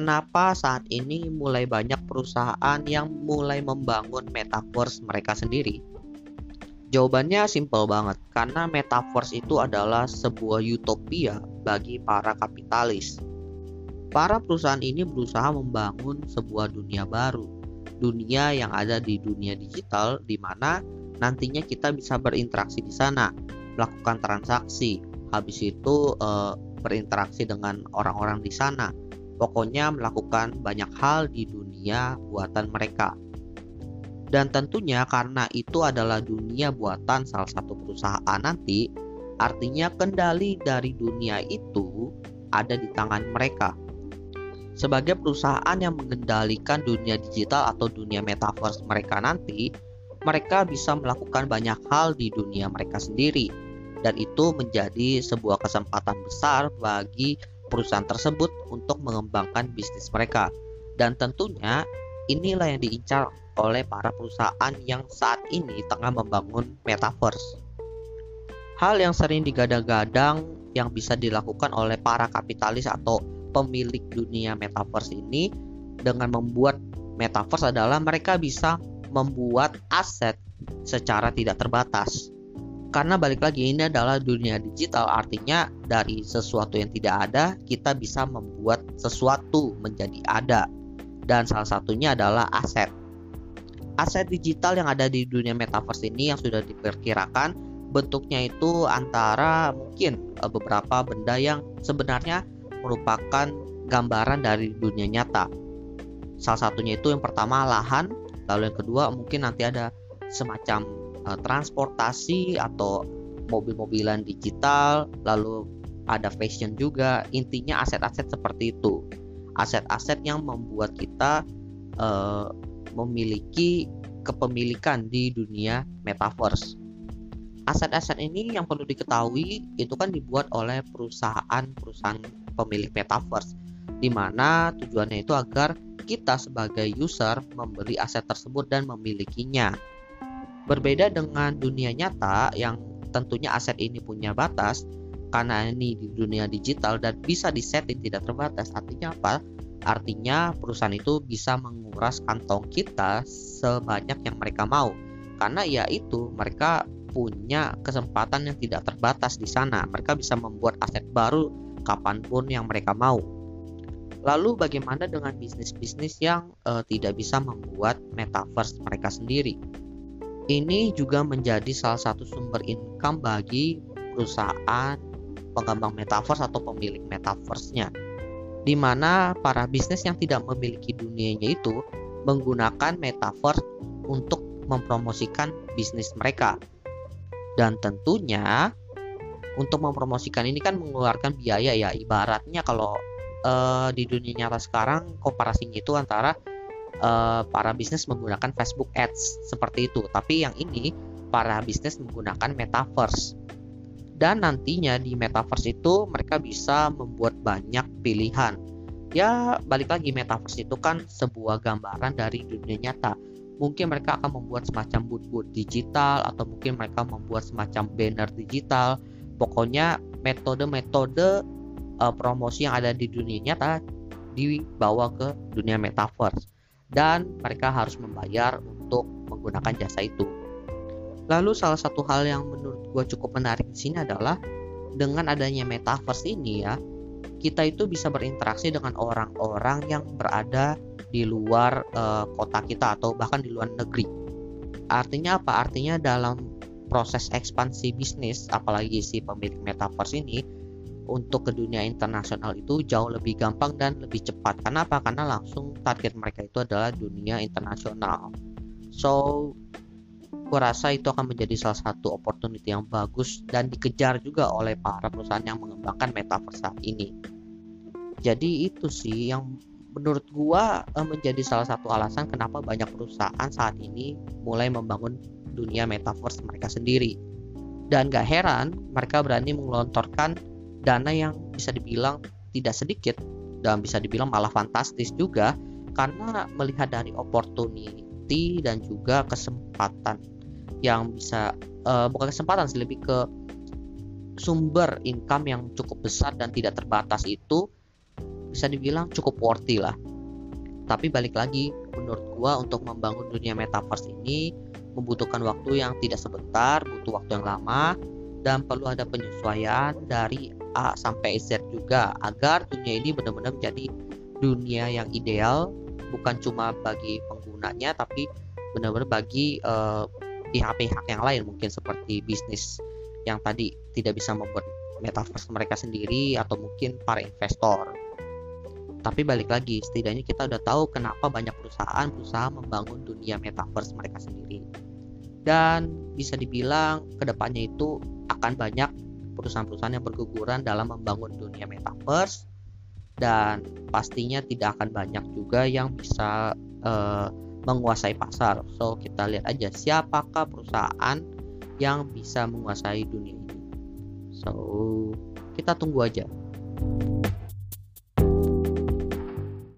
kenapa saat ini mulai banyak perusahaan yang mulai membangun metaverse mereka sendiri? Jawabannya simpel banget, karena metaverse itu adalah sebuah utopia bagi para kapitalis. Para perusahaan ini berusaha membangun sebuah dunia baru, dunia yang ada di dunia digital, di mana nantinya kita bisa berinteraksi di sana, melakukan transaksi, habis itu berinteraksi dengan orang-orang di sana. Pokoknya melakukan banyak hal di dunia buatan mereka. Dan tentunya karena itu adalah dunia buatan salah satu perusahaan nanti, artinya kendali dari dunia itu ada di tangan mereka. Sebagai perusahaan yang mengendalikan dunia digital atau dunia metaverse mereka nanti, mereka bisa melakukan banyak hal di dunia mereka sendiri. Dan itu menjadi sebuah kesempatan besar bagi perusahaan tersebut untuk mengembangkan bisnis mereka. Dan tentunya inilah yang diincar oleh para perusahaan yang saat ini tengah membangun metaverse. Hal yang sering digadang-gadang yang bisa dilakukan oleh para kapitalis atau pemilik dunia metaverse ini dengan membuat metaverse adalah mereka bisa membuat aset secara tidak terbatas. Karena balik lagi, ini adalah dunia digital, artinya dari sesuatu yang tidak ada kita bisa membuat sesuatu menjadi ada. Dan salah satunya adalah aset. Aset digital yang ada di dunia metaverse ini yang sudah diperkirakan bentuknya itu antara mungkin beberapa benda yang sebenarnya merupakan gambaran dari dunia nyata. Salah satunya itu yang pertama lahan, lalu yang kedua mungkin nanti ada semacam transportasi atau mobil-mobilan digital, lalu ada fashion juga. Intinya aset-aset seperti itu. Aset-aset yang membuat kita memiliki kepemilikan di dunia metaverse. Aset-aset ini yang perlu diketahui itu kan dibuat oleh perusahaan pemilik metaverse, di mana tujuannya itu agar kita sebagai user membeli aset tersebut dan memilikinya. Berbeda dengan dunia nyata yang tentunya aset ini punya batas, karena ini di dunia digital dan bisa disetting tidak terbatas. Artinya apa? Artinya perusahaan itu bisa menguras kantong kita sebanyak yang mereka mau. Karena ya itu, mereka punya kesempatan yang tidak terbatas di sana. Mereka bisa membuat aset baru kapanpun yang mereka mau. Lalu bagaimana dengan bisnis-bisnis yang tidak bisa membuat metaverse mereka sendiri? Ini juga menjadi salah satu sumber income bagi perusahaan pengembang metaverse atau pemilik metaverse-nya, di mana para bisnis yang tidak memiliki dunianya itu menggunakan metaverse untuk mempromosikan bisnis mereka. Dan tentunya untuk mempromosikan ini kan mengeluarkan biaya ya. Ibaratnya kalau di dunia nyata sekarang komparasinya itu antara para bisnis menggunakan Facebook Ads seperti itu. Tapi yang ini para bisnis menggunakan metaverse. Dan nantinya di metaverse itu mereka bisa membuat banyak pilihan. Ya balik lagi, metaverse itu kan sebuah gambaran dari dunia nyata. Mungkin mereka akan membuat semacam booth-booth digital, atau mungkin mereka membuat semacam banner digital. Pokoknya metode-metode promosi yang ada di dunia nyata dibawa ke dunia metaverse. Dan mereka harus membayar untuk menggunakan jasa itu. Lalu salah satu hal yang menurut gue cukup menarik di sini adalah dengan adanya metaverse ini ya, kita itu bisa berinteraksi dengan orang-orang yang berada di luar kota kita atau bahkan di luar negeri. Artinya apa? Artinya dalam proses ekspansi bisnis, apalagi si pemilik metaverse ini, untuk ke dunia internasional itu jauh lebih gampang dan lebih cepat. Karena apa? Karena langsung target mereka itu adalah dunia internasional. So gue rasa itu akan menjadi salah satu opportunity yang bagus dan dikejar juga oleh para perusahaan yang mengembangkan metaverse saat ini. Jadi itu sih yang menurut gue menjadi salah satu alasan kenapa banyak perusahaan saat ini mulai membangun dunia metaverse mereka sendiri. Dan gak heran mereka berani menggelontorkan dana yang bisa dibilang tidak sedikit dan bisa dibilang malah fantastis juga, karena melihat dari opportunity dan juga kesempatan yang bisa bukan kesempatan sih, lebih ke sumber income yang cukup besar dan tidak terbatas itu bisa dibilang cukup worthy lah. Tapi balik lagi, menurut gua untuk membangun dunia metaverse ini membutuhkan waktu yang tidak sebentar, butuh waktu yang lama, dan perlu ada penyesuaian dari A sampai Z juga agar dunia ini benar-benar menjadi dunia yang ideal, bukan cuma bagi penggunanya tapi benar-benar bagi pihak-pihak yang lain, mungkin seperti bisnis yang tadi tidak bisa membuat metaverse mereka sendiri atau mungkin para investor. Tapi balik lagi, setidaknya kita udah tahu kenapa banyak perusahaan berusaha membangun dunia metaverse mereka sendiri. Dan bisa dibilang kedepannya itu akan banyak perusahaan-perusahaan yang berguguran dalam membangun dunia metaverse, dan pastinya tidak akan banyak juga yang bisa menguasai pasar. So kita lihat aja siapakah perusahaan yang bisa menguasai dunia ini. So kita tunggu aja.